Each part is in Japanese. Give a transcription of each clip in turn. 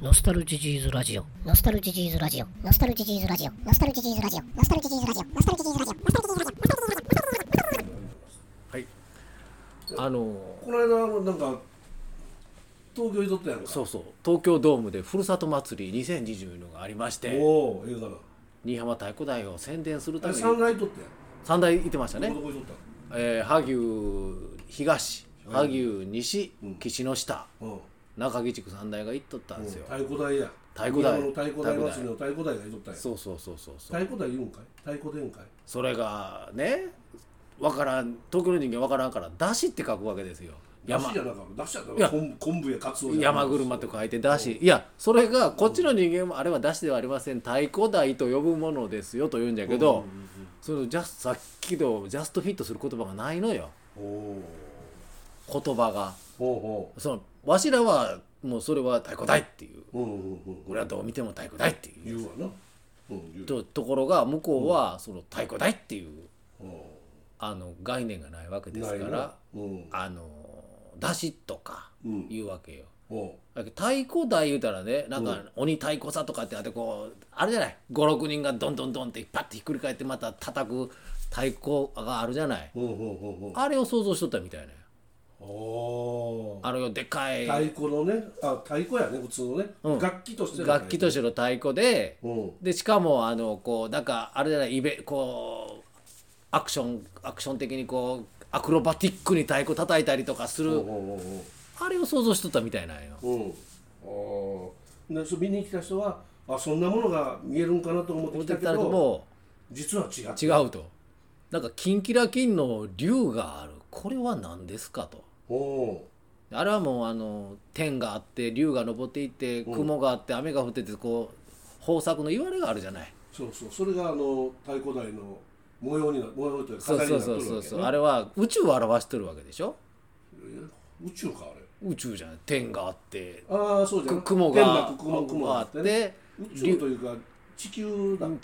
ノスタルジジーズラジオノスタルジジーズラジオノスタルジジーズラジオノスタルジジーズラジオノスタルジジーズラジオノスタルジジーズラジオノスタルジジーズラジオ。 はい。 この間なんか東京にとったやんか。 そう東京ドームでふるさと祭り2020のがありまして、 おお、映画だ。 新居浜太鼓台を宣伝するために 3台とったやん。 3台行ってましたね。 どこにとった萩生東、萩生西、岸の下、 の？ 中木地区3台が行っとったんですよ。 太鼓台や。 太鼓台、 太鼓台祭りの太鼓台がいとったやん。 そう太鼓台言うんかい？太鼓殿かい？ それがね、わからん、東京の人間わからんから出汁って書くわけですよ。 だしじゃなかった。だしじゃなかった。昆布やカツオや。 山車って書いて出汁、いやそれがこっちの人間もあれは出汁ではありません、太鼓台と呼ぶものですよと言うんじゃけど、そのさっきのジャストフィットする言葉がないのよ。言葉がそのわしらはもうそれは太鼓台っていう、俺はどう見ても太鼓台っていう言うわな。 ところが向こうはその太鼓台っていう概念がないわけですから、出汁とか言うわけよ。太鼓台言うたらね、なんか鬼太鼓さとかってあってこうあれじゃない、56人がドンドンドンってパッてひっくり返ってまた叩く太鼓があるじゃない、あれを想像しとったみたいな。でかい太鼓のね、太鼓やね、普通のね、楽器としての太鼓で、でしかもこうなんかあれじゃない、こうアクション的にこうアクロバティックに太鼓叩いたりとかする、あれを想像しとったみたいなんよ。 で見に来た人はそんなものが見えるんかなと思ってきたけど、実は違うと。なんかキンキラキンの竜がある、これは何ですかと。あれはもう天があって竜が昇っていって雲があって雨が降っててこう豊作の言われがあるじゃない。 それが太鼓台の模様というか飾りになってるわけね。 そうあれは宇宙を表してるわけでしょ。 宇宙か、あれ宇宙じゃない、天があってそうじゃん、 雲があって、 宇宙というか地球だ。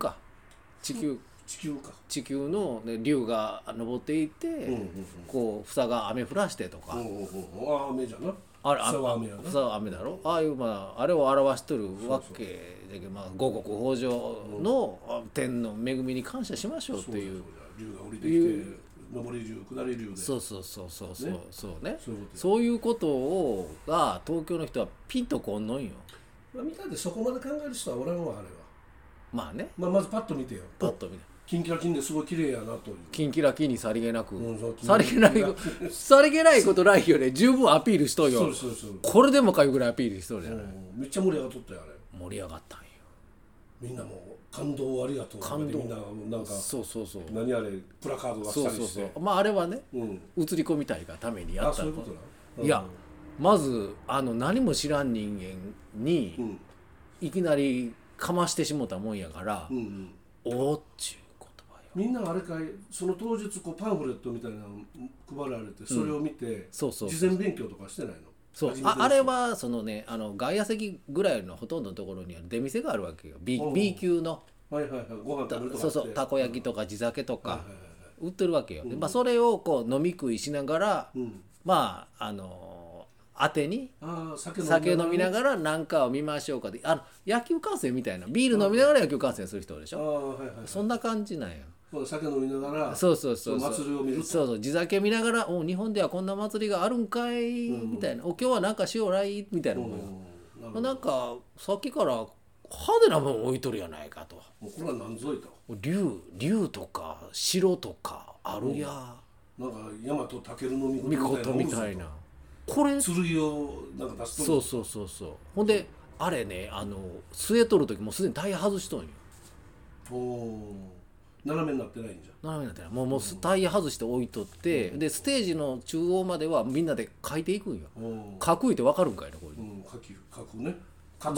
地球の、ね、竜が登っていて、こう房が雨降らしてとか、 雨じゃな、 房は雨やな、房は雨だろ、あれを表しとるわけだけど、五穀豊穣の天の恵みに感謝しましょうという、 竜が降りてきて上り竜下り竜で、 そういうことが東京の人はピンとこんのんよ。 見たってそこまで考える人はおらんわ、あれは。 まあね、 まずパッと見てよ。キンキラキンですごい綺麗やなという。 キンキラキンにさりげなく、さりげないことないよね。十分アピールしとるよ。これでもかいうぐらいアピールしとるじゃない。 めっちゃ盛り上がっとったよ、あれ。 盛り上がったんよ。 みんなもう感動をありがとう。 感動。 みんななんか何あれプラカードがしたりして。 まああれはね、映り込みたいがためにやった。 そういうことだ。 いや、まず何も知らん人間にいきなりかましてしもたもんやから、おっちゅう。 みんなあれかい、その当日パンフレットみたいなの配られて、それを見て事前勉強とかしてないの？ あれはそのね、外野席ぐらいのほとんどのところには出店があるわけよ。 B 級のご飯食べるとか、 たこ焼きとか地酒とか売ってるわけよ。それをこう飲み食いしながら、当てに酒飲みながら何かを見ましょうかで、野球観戦みたいな、ビール飲みながら野球観戦する人でしょ。そんな感じなんや。 酒飲みながら祭りを見る。 地酒見ながら、日本ではこんな祭りがあるんかいみたいな、今日はなんかしようらいみたいな、なんかさっきから派手なもん置いとるやないかと。 これは何ぞいと。 竜とか城とかあるや、 なんか大和武の御事みたいな、これ剣をなんか出すと。 そうほんであれね、据えとる時もすでにタイヤ外しとんよ。 斜めになってないんじゃん。 斜めになってない、もうタイヤ外して置いとって、でステージの中央まではみんなで書いていくんよ。書くいって分かるんかいな、これ。 書くね。担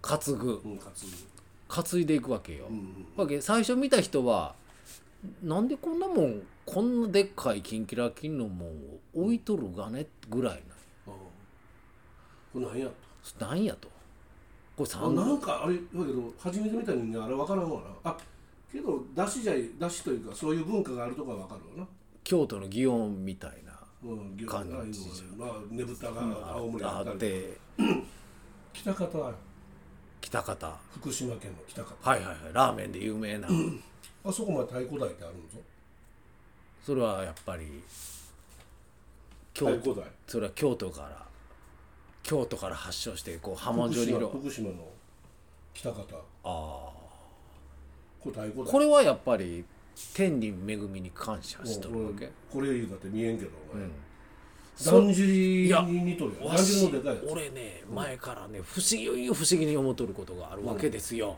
いでいくわけよ。最初見た人はなんでこんなもん、こんなでっかいキンキラキンのもんを置いとるがねぐらいこれなんやと。これなんかあれだけど、初めて見た人間あれ分からんわな。けど出汁というかそういう文化があるとか分かるわな。 京都の祇園みたいな感じじゃん。 ねぶたが青森あって来喜多方、 喜多方、 福島県の喜多方、 はいはいはい、ラーメンで有名なあそこまで太鼓台ってあるんぞ。 それはやっぱり太鼓台、 それは京都から発祥してこう波紋状に福島の喜多方、 あこれ太鼓台。 これはやっぱり天に恵みに感謝しとるわけ。 これ言うだって見えんけどお前、 そだんじりに似とるよ。だんじりのでかいやつ。 俺ね、前からね不思議に思っとることがあるわけですよ。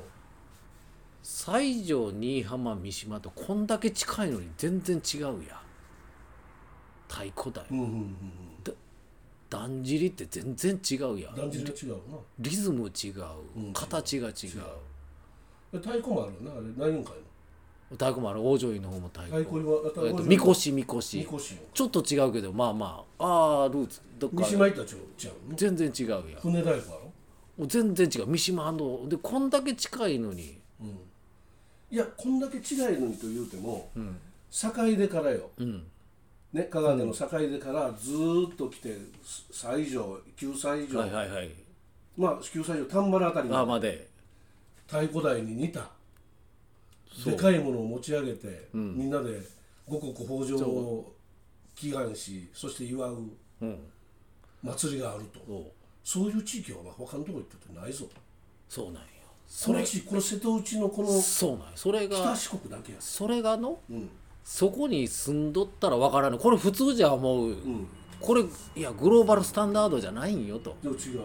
西条、新居浜、三島とこんだけ近いのに全然違うや太鼓台、だんじりって全然違うやだんじりが違うな。 リズム違う、形が違う。 太鼓もあるよな。あれ何人かいの太鼓もある。大女院の方も太鼓。みこし。ちょっと違うけど、まあまあ、ルーツどっか。 三島行ったら違うの。 全然違うや。 船太鼓あろ。 全然違う。三島のでこんだけ近いのに。 いやこんだけ違いのにと言うても、坂出からよ。ね、香川県の坂出からずーっと来て西条、旧西条、まあ旧西条丹原あたりまで太鼓台に似たでかいものを持ち上げて、みんなで五穀豊穣を祈願し、そして祝う祭りがあると、そういう地域は他のところ行っててないぞ。 そうなんよ。 この瀬戸内のこのそうなんよ。それが北四国だけや。 それがそこに住んどったらわからない。これ普通じゃ思う、これいやグローバルスタンダードじゃないんよと。 でも違うよね。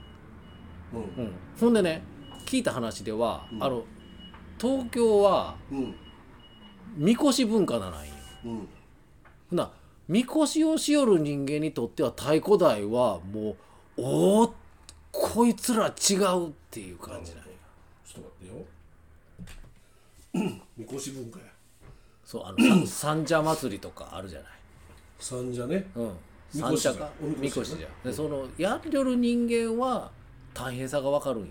ほんでね、聞いた話では、東京はみこし文化なんよ。ほなみこしをしよる人間にとっては太鼓台はもうこいつら違うっていう感じなんよ。 ちょっと待ってよ。みこし文化や。 そう三社祭りとかあるじゃない。 三社ね。 三社かみこしじゃ。でそのやってる人間は大変さが分かるんよ。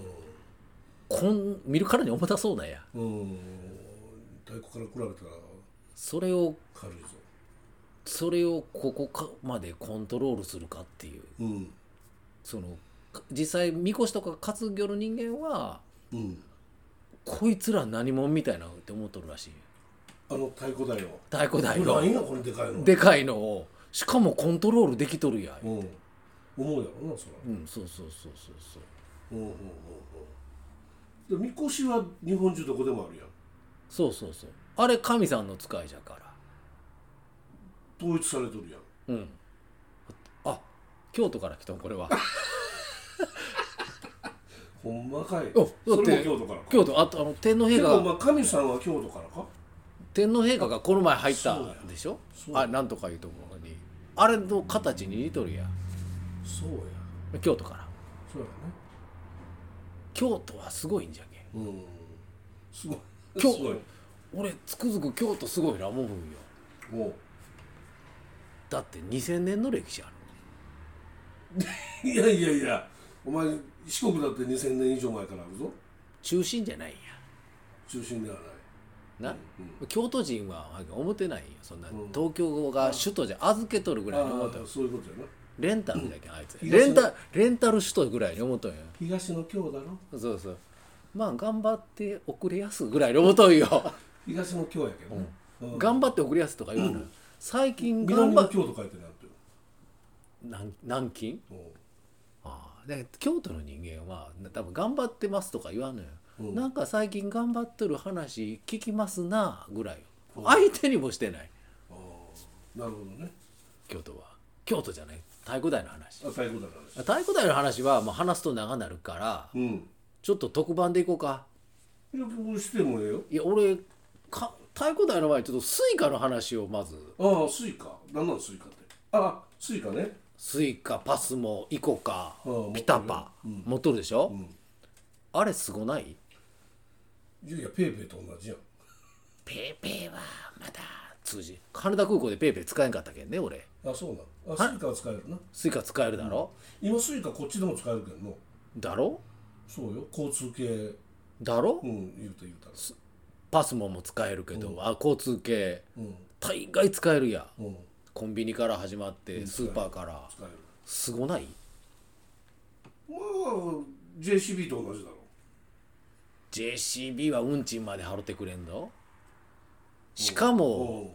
見るからに重たそうなんや。 太鼓から比べたらそれを軽いぞ。 それをここまでコントロールするかっていう、その実際みこしとか担ぎよる人間は、こいつら何者みたいなって思っとるらしい。 太鼓台をこれでかいのをしかもコントロールできとるやん。 思うやろなそら。 そうでみこしは日本中どこでもあるやん。 そうあれ神さんの使いじゃから統一されとるやん。 あ、京都から来たんこれは。 ほんまかい。 それも京都からか。 京都、あと天皇陛下が神さんは京都からか。 天皇陛下がこの前入ったでしょ。なんとかいうところにあれの形に似とるやん。 そうや。 京都から。 そうやね。 京都はすごいんじゃけ。 すごい。 俺つくづく京都すごいな思うんよ。だって2000年の歴史ある。いやお前四国だって2000年以上前からあるぞ。 中心じゃないんや。 中心ではないな、京都人は思ってないよ。そんな、東京が首都じゃ預けとるぐらいに思ったよ。 そういうことやな。 レンタルだけあいつレンタル首都ぐらいに思っとんや。 東の京だろ。 そうまあ頑張って遅れやすぐらいに思っとんよ。 東の京やけどね、 頑張って遅れやすとか言わない、最近南の京と書いてなんて南京。で京都の人間は多分頑張ってますとか言わんのよ。なんか最近頑張ってる話聞きますなぐらいよ。相手にもしてない。 なるほどね。 京都じゃない太鼓台の話。 太鼓台の話はもう話すと長なるから、ちょっと特番でいこうか。 いやしてもええよ。 いや俺太鼓台の前にちょっとスイカの話をまず。 スイカ。何なのスイカって。スイカね。 スイカ、パスモ、イコカ、ピタパ、持っとるでしょ。あれすごない？ いやペーペーと同じやん。 ペーペーはまだ通じ。羽田空港でペーペー使えんかったけんね俺。 そうなん。スイカは使えるな。 スイカ使えるだろ。 今スイカこっちでも使えるけどの。 だろ。 そうよ。交通系だろ。 言うたらパスモも使えるけど、交通系、大概使えるや。コンビニから始まってスーパーからすごない？ まあ JCB と同じだろ。 JCB は運賃まで払ってくれんの。しかも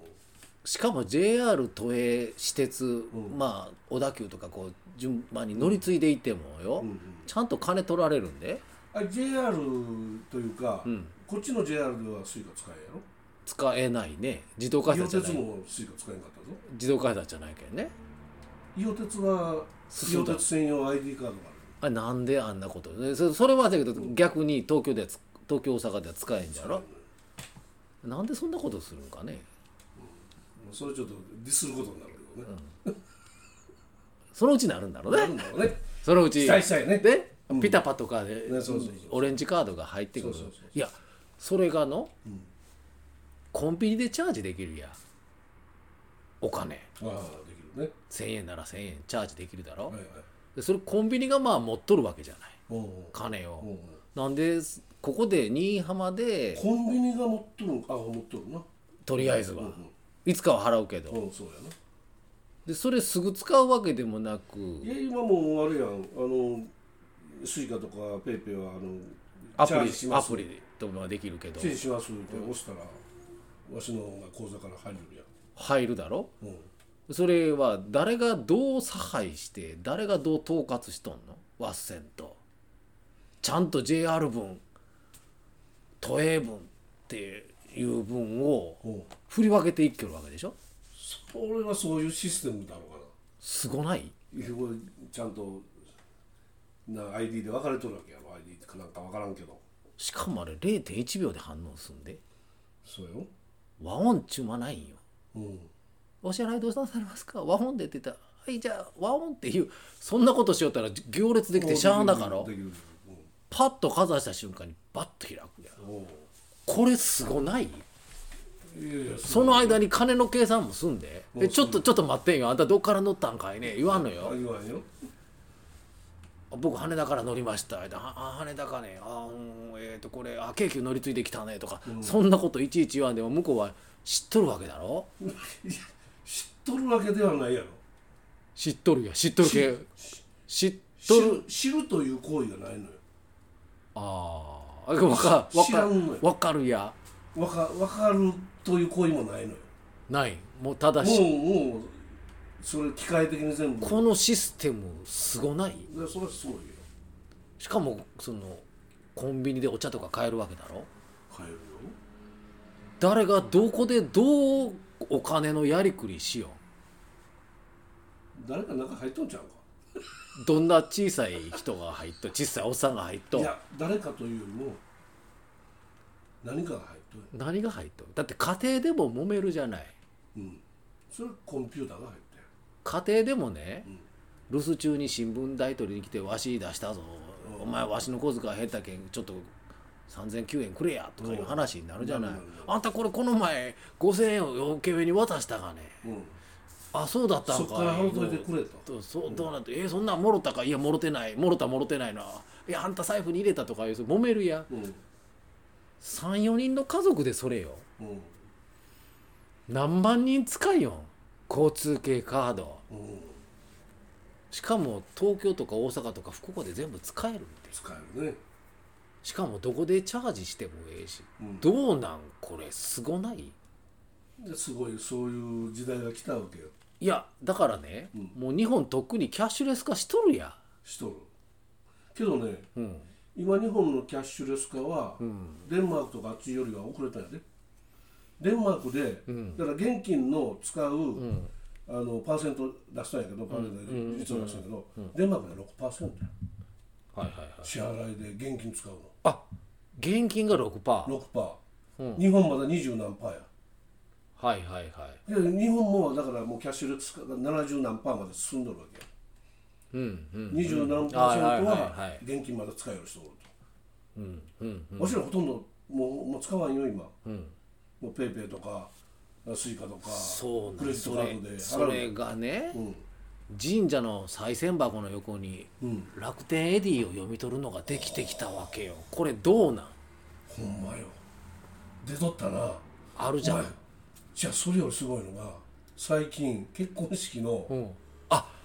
JR 都営私鉄、まあ小田急とかこう順番に乗り継いでいてもよ、ちゃんと金取られるんで。 JR というか、こっちの JR ではスイカ使えやろ。 使えないね。自動改札じゃない。 伊予鉄もスイカ使えなかったぞ。 自動改札じゃないけんね。 伊予鉄は伊予鉄専用 ID カードがある。 あれなんであんなこと。それはだけど逆に東京大阪では使えんじゃろ。なんでそんなことするんかね。 それちょっとディスることになるけどね。 そのうちなるんだろうね。 なるんだろうね。 そのうち期待したいね。 で、ピタパとかでそうオレンジカードが入ってくる。 そういやそれがコンビニでチャージできるや。お金。 ああできるね。 1000円なら1000円チャージできるだろ。 はいはい。 でそれコンビニがまあ持っとるわけじゃない。金を。なんでここで新居浜でコンビニが持っとるん。あ持っとるな。 とりあえずは、いつかは払うけど、 そうやな。 でそれすぐ使うわけでもなく。 いや今もうあれやん、スイカとかペイペイはチャージします。 アプリとかはできるけどチャージしますって押したら、わしの口座から入るやん。 入るだろ、それは誰がどう差配して誰がどう統括しとんの。ワッセンとちゃんと JR 分都営分っていう分を振り分けていってるわけでしょ。 それはそういうシステムだろうかな。 すごない。 これちゃんとID で分かれとるわけやろ。 ID かなんか分からんけど。 しかもあれ 0.1 秒で反応すんで。 そうよ。 和音ちゅうまないんよ。お支払いどうされますか。和音でって言ったらはいじゃあ和音っていうそんなことしよったら行列できてしゃあだからパッとかざした瞬間にバッと開くや。これすごない。その間に金の計算も済んでちょっと待ってんよあんたどっから乗ったんかいね言わんのよ。 言わんよ。 僕羽田から乗りました。羽田かね。これ京急乗り継いできたねとか、そんなこといちいち言わんでも向こうは知っとるわけだろ。 知っとるわけではないやろ。 知っとるや知っとるけ知っとる。 知るという行為がないのよ。 わかるや。 わかるという行為もないのよ。 ないもうただしもうそれ機械的に全部このシステムすごない。 それはすごいよ。 しかもコンビニでお茶とか買えるわけだろ。 買えるよ。 誰がどこでどうお金のやりくりしよう。誰か中入っとんちゃうか。 どんな小さい人が入っと小さいおっさんが入っと。 いや誰かというよりも何かが入っとる。 何が入っとる。だって家庭でも揉めるじゃない。 それコンピューターが入ってる。 家庭でもね、留守中に新聞代取りに来てわし出したぞ、お前わしの小遣い減ったけんちょっと3009円くれやとかいう話になるじゃない。あんたこれこの前5000円を余計に渡したがね、あそうだったんかい。 そっから払うといてくれと。 そうどうなってそんなんもろたか。いやもろてないもろたないな。いやあんた財布に入れたとかいう揉めるや、3,4 人の家族でそれよ、何万人使いよん交通系カード、しかも東京とか大阪とか福岡で全部使えるんで。 使えるね。 しかもどこでチャージしてもええし、どうなんこれすごない。 すごいそういう時代が来たわけよ。 いやだからね、もう日本とっくにキャッシュレス化しとるや。 しとるけどね、今日本のキャッシュレス化は、デンマークとかあっちよりは遅れたんやで。デンマークで、だから現金の使う、パーセント出したんやけど、パーセントで実は出したんやけど、デンマークで 6% や。支払いで現金使うの。 あ現金が 6%。 日本まだ20何パーや。で日本もだからもうキャッシュレス化が70何パーまで進んどるわけや。20何パーセントは現金まだ使える人おると。もちろんほとんどもう使わんよ今。もうペイペイとかスイカとかクレジットカードで払う。 それがね、神社の賽銭箱の横に楽天エディを読み取るのができてきたわけよ。これどうなん。 ほんまよ出とったな。 あるじゃん。 じゃあそれよりすごいのが最近結婚式の、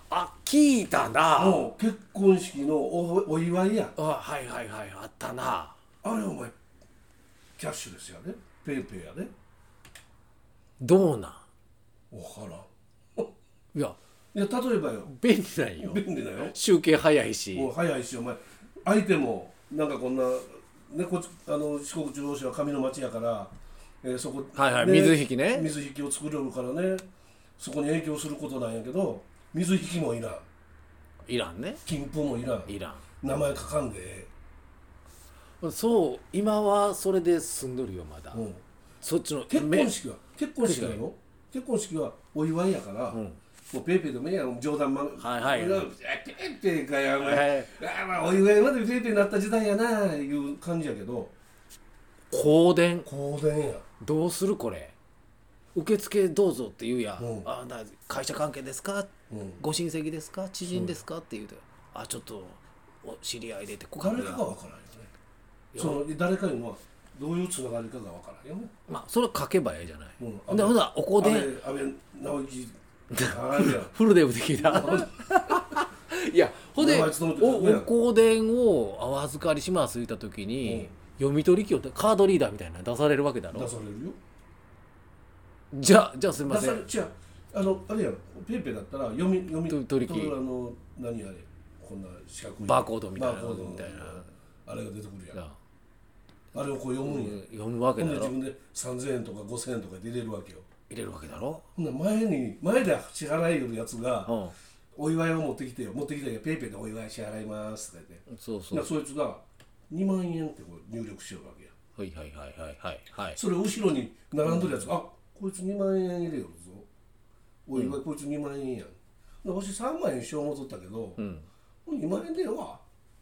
あ聞いたな。 の結婚式のお祝いや。 あはいはいはいあったな。 あれお前キャッシュレスやで、ペイペイやで。 どうなん。 分からん。 いやいや例えばよ、 便利なんよ。 便利だよ。 集計早いし。 もう早いし、お前相手もなんかこんなね、こっち四国中央市は紙の町やから、そこ、 はいはい、 ね、 水引きね。 水引きを作れるからね、そこに影響することなんやけど、水引きもいらん、 いらんね。 金粉もいらん、 いらん。 名前書かんでそう今はそれで済んどるよまだ。 うん、 そっちの結婚式は結婚式はお祝いやから、もうペイペイでもいいやん、冗談まはいはいペイペイかやお前、 はいまあお祝いまでペイペイになった時代やないう感じやけど、 香典香典や。 どうするこれ。受付どうぞって言うや、 うん会社関係ですか、 うんご親戚ですか知人ですかって言うと、ちょっとお知り合いでってここ誰かが分からんよね。その誰かいうのはどういうつながりかが分からんよね。 まあそれ書けばええじゃない、 うんでほなお香典安倍直之あるやん。 フルネームで聞いたいやほんで名前勤めてるねお香典をお預かりします言った時に、読み取り機をカードリーダーみたいなの出されるわけだろ。 出されるよ。 じゃあすみません。 出され違うあれやん、ペイペイだったら読み取り機何あれこんな四角いバーコードみたいなバーコードみたいなあれが出てくるやん。 なあれをこう読むんや。 読むわけだろ。 ほんで自分で3000円とか5000円とかで入れるわけよ。 入れるわけだろ。 ほんなら前で支払いよるやつが、 うんお祝いを持ってきてペイペイでお祝い支払いますって言って、 そうそう。 だからそいつが2万円ってこう入力しよるわけや。 はいはいはいはいはいはい。 それを後ろに並んでるやつが、あこいつ2万円入れよるぞ、お祝いこいつ2万円やん、でわし3万円しよう思っとったけど、2万円でええわ、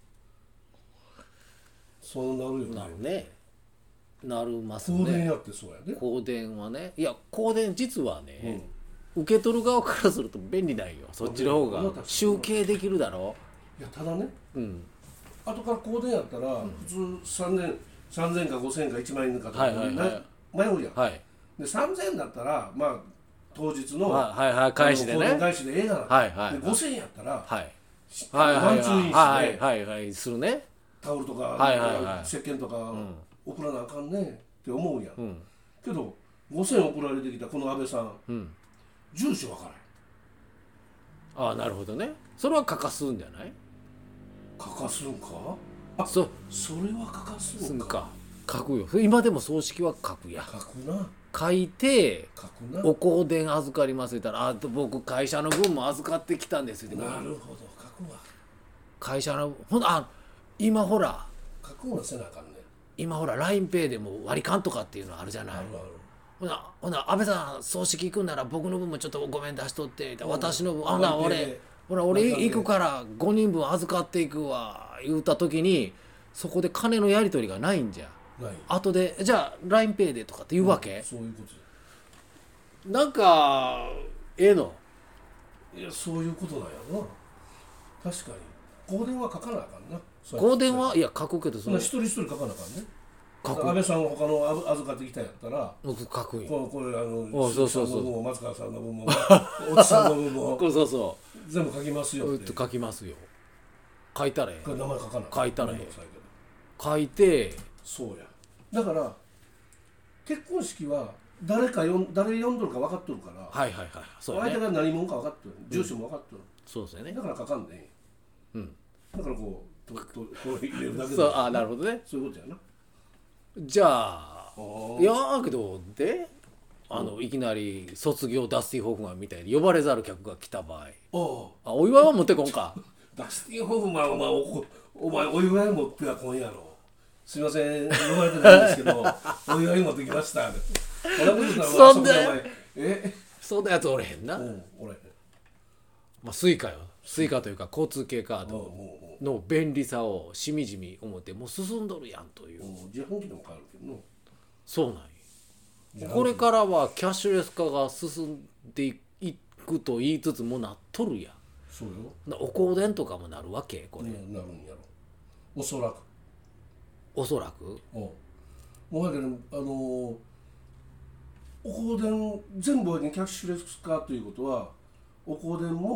そうなるよね。 なるね。なるますね。 香典やってそうやね。 香典はね、いや香典実はね、受け取る側からすると便利なんよ。そっちの方が集計できるだろ。 いやただね、 うん。 後から香典やったら、普通3000か5000か1万円かとか、 はいはいはい迷うやん、 はいで3000円だったらまあ当日の、 はいはい返しでね香典返しでええがな、 はいはいで5000円やったら、 はいワはいンツーインして、 はいはいはいするね。 タオルとか、 はいはいはい石鹸とか送らなあかんねって思うやん、 んけど5000円送られてきたこの安倍さん、 うん。 住所わからん、 なるほどね。それは書かすんじゃない。 書かすんか、 そそれは書かすんか、 すんか。書くよ。今でも葬式は書くや。 書くな書いて書くな、 お香典預かりますって言ったら、僕会社の分も預かってきたんですって。 なるほど書くわ、 会社の今ほら書くわせなあかんね、 今ほら LINEPay でも割り勘とかっていうのあるじゃない。 あるある、 ほな安倍さん葬式行くんなら僕の分もちょっとごめん出しとって私の分ほな俺行くから5人分預かっていくわ言うた時にそこで金のやり取りがないんじゃ。 ない、 後でじゃあ LINEPay でとかって言うわけ、 そういうことなんかええの。 いやそういうことなんやろな、確かに香典は書かなあかんな、 香典はいや書くけどそんな一人一人書かなあかんね、 書く安倍さんが他の預かってきたんやったら、 僕書くんよ。 これそうそうそう鈴木さんの分も松川さんの分もおじさんの分もそうそ全部書きますようって、 書きますよ。書いたらええこれ名前書かない、 書いたらええめんどくさいけど書いてそうや、だから結婚式は誰呼んどるか分かっとるから、 はいはいはいそうや相手ね。 が何者か分かっとる、住所も分かっとる、 そうですよねだ。から書かんでいい、 うんだからこうこう入れるだけで、 そうなるほどね。 そういうことやな。 じゃあーいやけどでいきなり卒業ダスティ・ホフマンみたいに呼ばれざる客が来た場合お祝いは持ってこんか。 ダスティン・ホフマンお前お祝い持っては今夜のすいません呼ばれてないんですけどお祝い持ってきましたそんでえそんなやつおれへんな。 俺まあスイカよ。スイカというか交通系カードの便利さをしみじみ思ってもう進んどるやんという。 自販機でも買えるけどな、 そうなんよ。これからはキャッシュレス化が進んでいくと言いつつもなっとるやん。 そうよ、 お香典とかもなるわけこれ、 なるんやろおそらく、 おそらく。 もうだけどお香典全部にキャッシュレス化ということはお香典も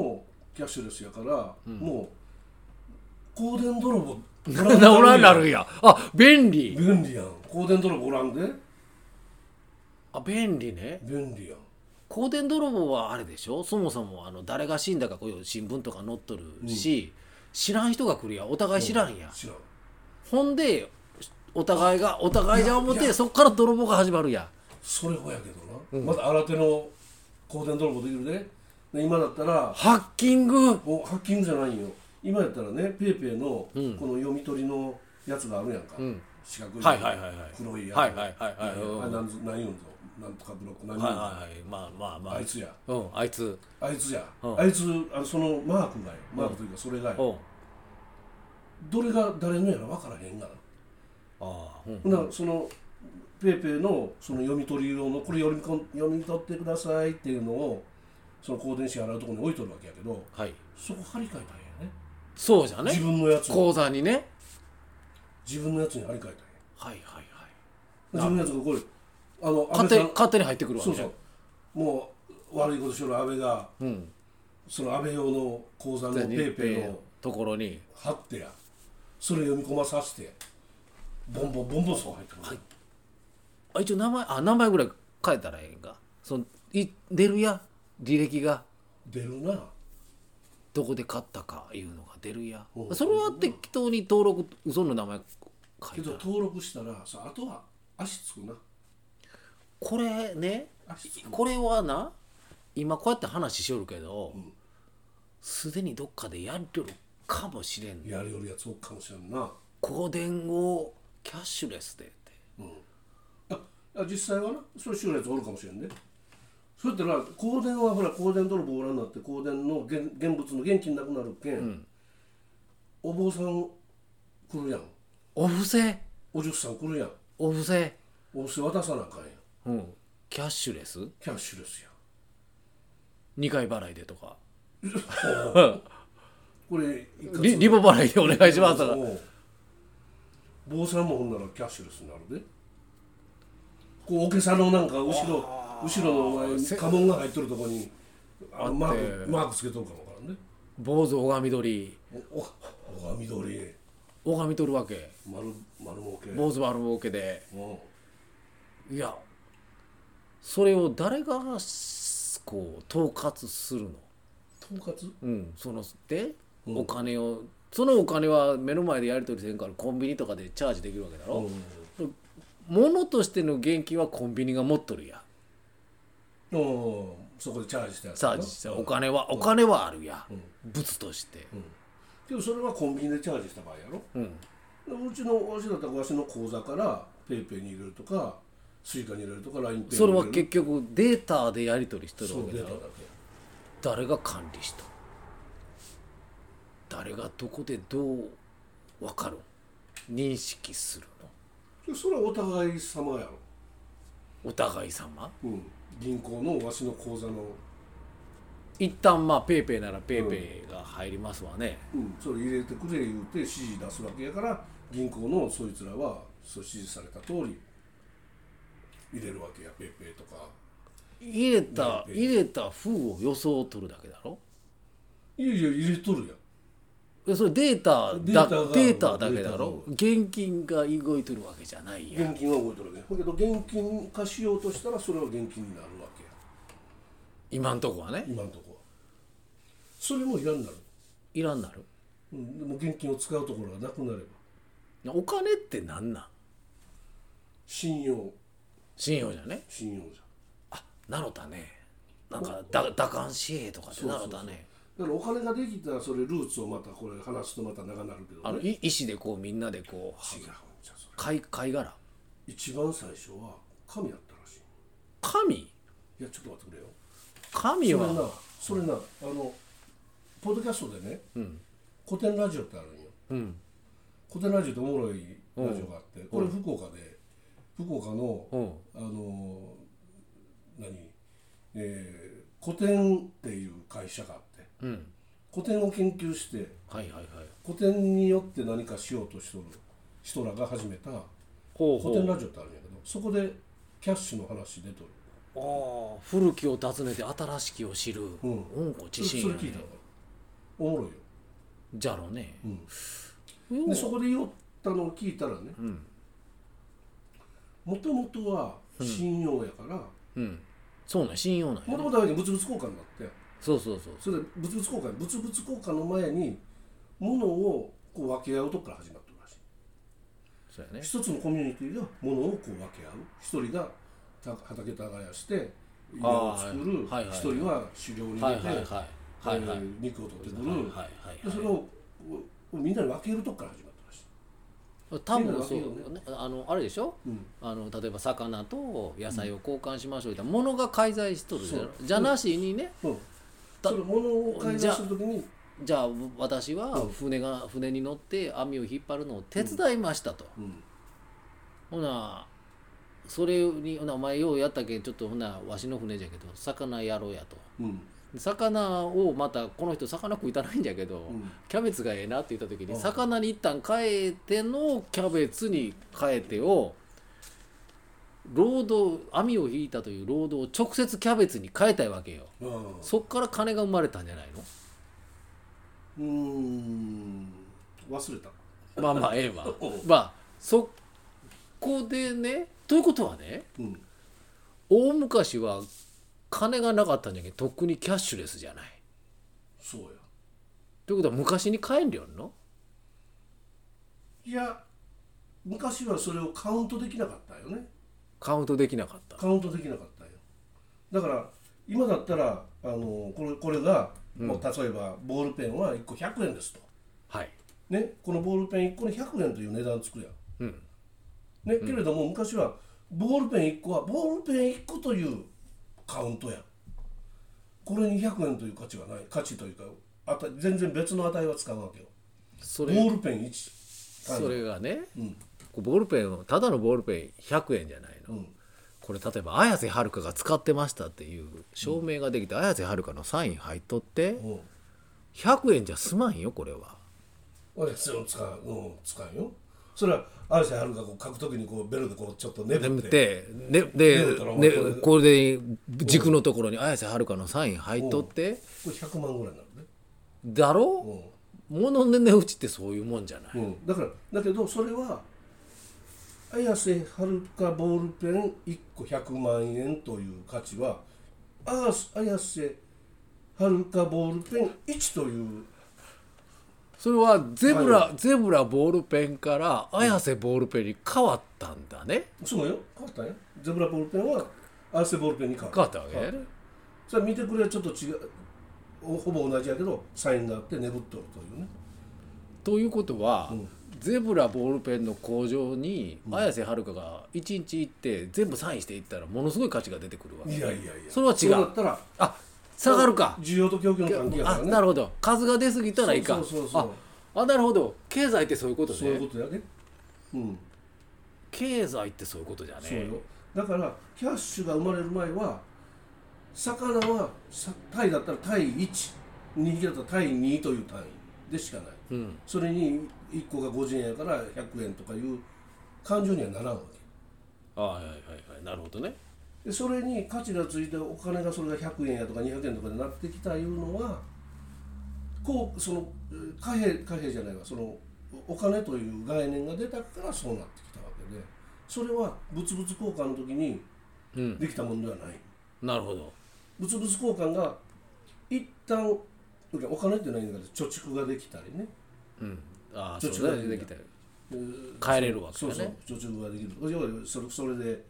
キャッシュレスやから、もう香典泥棒おらんなるんや。あ、便利やん。香典泥棒おらんで。 あ、便利ね。 便利やん。 香典泥棒はあれでしょ、そもそも誰が死んだかこういう新聞とか載っとるし、知らん人が来るやん。お互い知らんやん。 知らん。 ほんでお互いじゃ思ってそっから泥棒が始まるやん。 それほやけどな、まだ新手の香典泥棒できるで。今だったらハッキング。 ハッキングじゃないよ。今やったらね、ペイペイのこの読み取りのやつがあるやんか、四角い黒いやつ、何言うんぞ、なんとかブロック、何言うんぞ、 まああいつや、 あいつや、あいつそのマークがよ、マークというかそれがよ、どれが誰のやら分からへんがな。ほなそのペイペイのその読み取り用のこれ読み取ってくださいっていうのをその香典支払うところに置いとるわけやけど、そこ張り替えたんやね。 そうじゃね。 自分のやつ口座にね。 自分のやつに張り替えたんや。 自分のやつがこれ勝手に入ってくるわけ。 そうもう悪いことしろ安倍が、その安倍用の口座のペイペイのところに貼ってや、それ読み込まさせてボンボンそう入ってくる。 一応名前ぐらい変えたらええんか。出るや履歴が出るな。 どこで買ったかいうのが出るや。それは適当に登録嘘の名前書いたら。 けど登録したらさ、あとは足つくな。 これね、これはな、今こうやって話しよるけど、すでにどっかでやりよるかもしれん。 やりよるやつおっかもしれんな。 香典をキャッシュレスでって。 実際はな、そういうやつおるかもしれんね。そうやったら香典はほら香典泥棒おらんなって香典の現物の現金なくなるけん、お坊さん来るやん。 お布施。 おじゅっさん来るやん。 お布施渡さなあかんやん。 キャッシュレス。 キャッシュレスやん。 2回払いでとかこれリボ払いでお願いしますとか。 坊さんもほんならキャッシュレスになるで。こうおけさのなんか後ろのお前家紋が入っとるとこにマークつけとるかもわからんね。 坊主拝み取り。 拝み取り。 拝み取るわけ。 丸儲け。 坊主丸儲けで。いや、それを誰がこう統括するの？ 統括？ お金を、そのお金は目の前でやり取りせんからコンビニとかでチャージできるわけだろ。物としての現金はコンビニが持っとるや。 そこでチャージしてやる。お金はあるや。物として。 けどそれはコンビニでチャージした場合やろ。うちのわしだったらわしの口座からペイペイに入れるとかスイカに入れるとか LINE ペイに入れる。 それは結局データでやり取りしとるわけだろ。 そうデータだけ。 誰が管理した？誰がどこでどう分かる？認識するの？ それはお互い様やろ。 お互い様？ 銀行のわしの口座の一旦ペイペイならペイペイが入りますわね。 それ入れてくれ言うて指示出すわけやから、銀行のそいつらはそう指示された通り入れるわけや。ペイペイとか入れた風を装っとるだけだろ。 入れとるやん。 それデータだけだろ。現金が動いてるわけじゃないやん。 現金は動いてるわけだけど、現金化しようとしたらそれは現金になるわけや。 今んとこはね。 今んとこはそれもいらんなる。 いらんなる。 でも現金を使うところがなくなれば。 お金って何なん？ 信用じゃね。 信用じゃ。なのだね。なんか打艦紙幣とかってなのだね。 だからお金ができたらそれルーツをまたこれ話すとまた長なるけどね。 石でこうみんなでこう違うんじゃそれ。 貝殻。 一番最初は紙やったらしい。 紙？ いやちょっと待ってくれよ。 紙はそれなポッドキャストでね、古典ラジオってあるんよ。古典ラジオっておもろいラジオがあって、これ福岡の古典っていう会社があって、古典を研究して、古典によって何かしようとしとる人らが始めた古典ラジオってあるんやけど、そこでキャッシュの話出とる。 古きを訪ねて新しきを知る。知信やね。 それ聞いたの。 おもろいよ。 じゃろうね、 でそこで言ったのを聞いたらね、もともとは信用やから、 そうなん信用なんや、 もともとは物々交換になって、 そうそれで物々交換の前に物をこう分け合うとこから始まってるらしい。 そうやね。 一つのコミュニティが物をこう分け合う。一人が畑耕して家を作る、一人は狩猟に出て肉を取ってくる。でそれをみんなに分けるとこから始まったらしい。 多分そうね、あれでしょ、例えば魚と野菜を交換しましょうみたいなものが介在しとるじゃなしにね、 そのものを介在するときにじゃあ私は船に乗って網を引っ張るのを手伝いましたと、ほなそれにお前ようやったけんちょっとほなわしの船じゃけど魚やろうやと、魚をまたこの人魚食いたないんじゃけど、キャベツがええなって言った時に、魚に一旦変えてのキャベツに変えてを網を引いたという労働を直接キャベツに変えたいわけよ、そっから金が生まれたんじゃないの？ 忘れた。 まあまあええわまあそこでね、ということはね、大昔は金がなかったんじゃけどとっくにキャッシュレスじゃない。 そうや。 ということは昔に買えんりょんの？ いや昔はそれをカウントできなかったよね。 カウントできなかった。 カウントできなかったよ。だから今だったらこれが、もう例えばボールペンは1個100円ですと。 はいね、このボールペン1個に100円という値段つくやん。ね、けれども昔はボールペン1個はボールペン1個というカウントやん。これに100円という価値はない。価値というか全然別の値は使うわけよ。ボールペン1。 それがね、ボールペンただのボールペン100円じゃないの、これ例えば綾瀬はるかが使ってましたっていう証明ができて、綾瀬はるかのサイン入っとって、100円じゃ済まんよこれは。 使うよ。それは綾瀬はるかこう書くときにこうベルでこうちょっとねぶってこれで軸のところに綾瀬はるかのサイン入っとって、 これ100万ぐらいになるね。 だろ、物の値打ちってそういうもんじゃない、 だけどそれは綾瀬はるかボールペン1個100万円という価値は綾瀬はるかボールペン1という、 それはゼブラボールペンから綾瀬ボールペンに変わったんだね。 そうよ、変わったよ。ゼブラボールペンは綾瀬ボールペンに変わったわけね。 それ見てくれはちょっと違う、ほぼ同じやけどサインがあってねぶっとるというね。 ということは、ゼブラボールペンの工場に綾瀬はるかが1日行って全部サインしていったらものすごい価値が出てくるわけ。 いやそれは違う。 そうだったら下がるか。 需要と供給の関係やからね。 なるほど。数が出過ぎたらいいか。なるほど。経済ってそういうことね。 そういうことやね。 経済ってそういうことじゃね。 そうよ。だからキャッシュが生まれる前は魚はタイだったらタイ1、2匹だったらタイ2という単位でしかない。それに1個が50円やから100円とかいう感情にはならんわけ。 なるほどね。 でそれに価値がついてお金がそれが100円やとか200円とかになってきたいうのはこうその貨幣じゃないわ、そのお金という概念が出たからそうなってきたわけで、それは物々交換の時にできたものではない。 なるほど。 物々交換が一旦お金ってないんだけど貯蓄ができたりね。 貯蓄ができたり変えれるわけだね。 貯蓄ができる。要はそれで、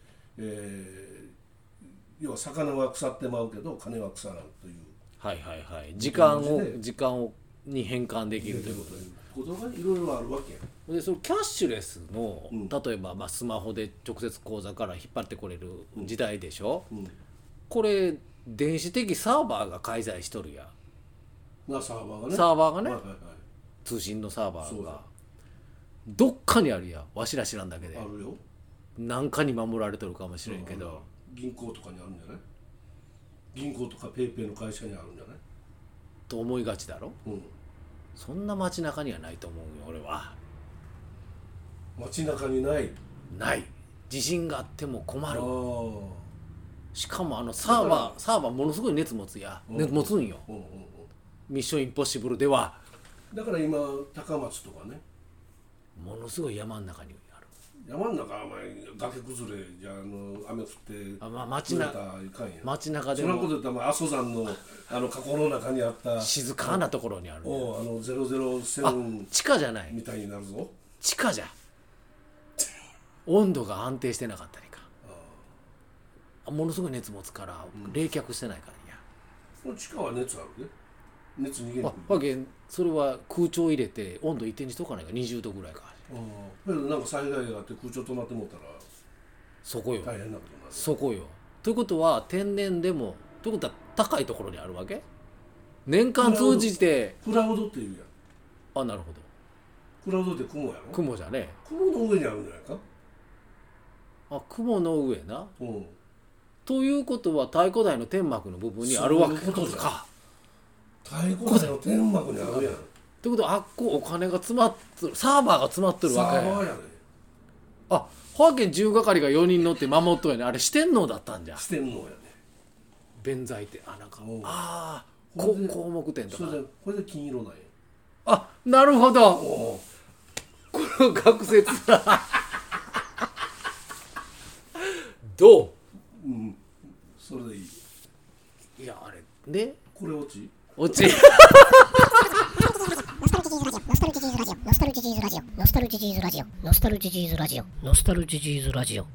要は魚は腐ってまうけど金は腐らんという。 時間に変換できるということがいろいろあるわけや。 でそのキャッシュレスの、例えばスマホで直接口座から引っ張ってこれる時代でしょ、これ電子的サーバーが介在しとるやん。 サーバーがね、 通信のサーバーがどっかにあるやん。わしら知らんだけであるよ。 何かに守られてるかもしれんけど、 銀行とかにあるんじゃない？銀行とかペイペイの会社にあるんじゃないと思いがちだろ。そんな街中にはないと思うよ俺は。 街中にない。 地震があっても困る。しかもサーバーものすごい熱持つんよ。 ミッションインポッシブルではだから今高松とかね、 ものすごい山の中にある。 山の中は崖崩れじゃ雨降って街中でもそんなこと言ったら阿蘇山の河口の中にあった静かなところにある、ね、 007 地下じゃないみたいになるぞ。 地下じゃ温度が安定してなかったりか、ものすごい熱持つから冷却してないからいや、 地下は熱あるね。熱逃げにくい。 わけそれは空調入れて温度一定にしとかないか20度ぐらいか。 けどなんか災害があって空調止まってもったらそこよ大変なことになる。 そこよ。ということは天然でもということは高いところにあるわけ。年間通じてクラウドっていうやん。 なるほど。 クラウドって雲やろ。 雲じゃね。 雲の上にあるんじゃないか。 雲の上な、ということは太鼓台の天幕の部分にあるわけか。 太鼓台の天幕にあるやん。 ってことはお金が詰まってる、サーバーが詰まってるわけや。 サーバーやね。 ほわけん10係が4人乗って守っとんやね。あれ四天王だったんじゃ。 四天王やね。 弁財天なんか項目店とか。 これで金色なんや。なるほど。この学説どう？ それでいい。 いやあれね。 これ落ち。 ノスタルジジーズラジオ。ノスタルジジーズラジオ。ノスタルジジーズラジオ。ノスタルジジーズラジオ。ノスタルジジーズラジオ。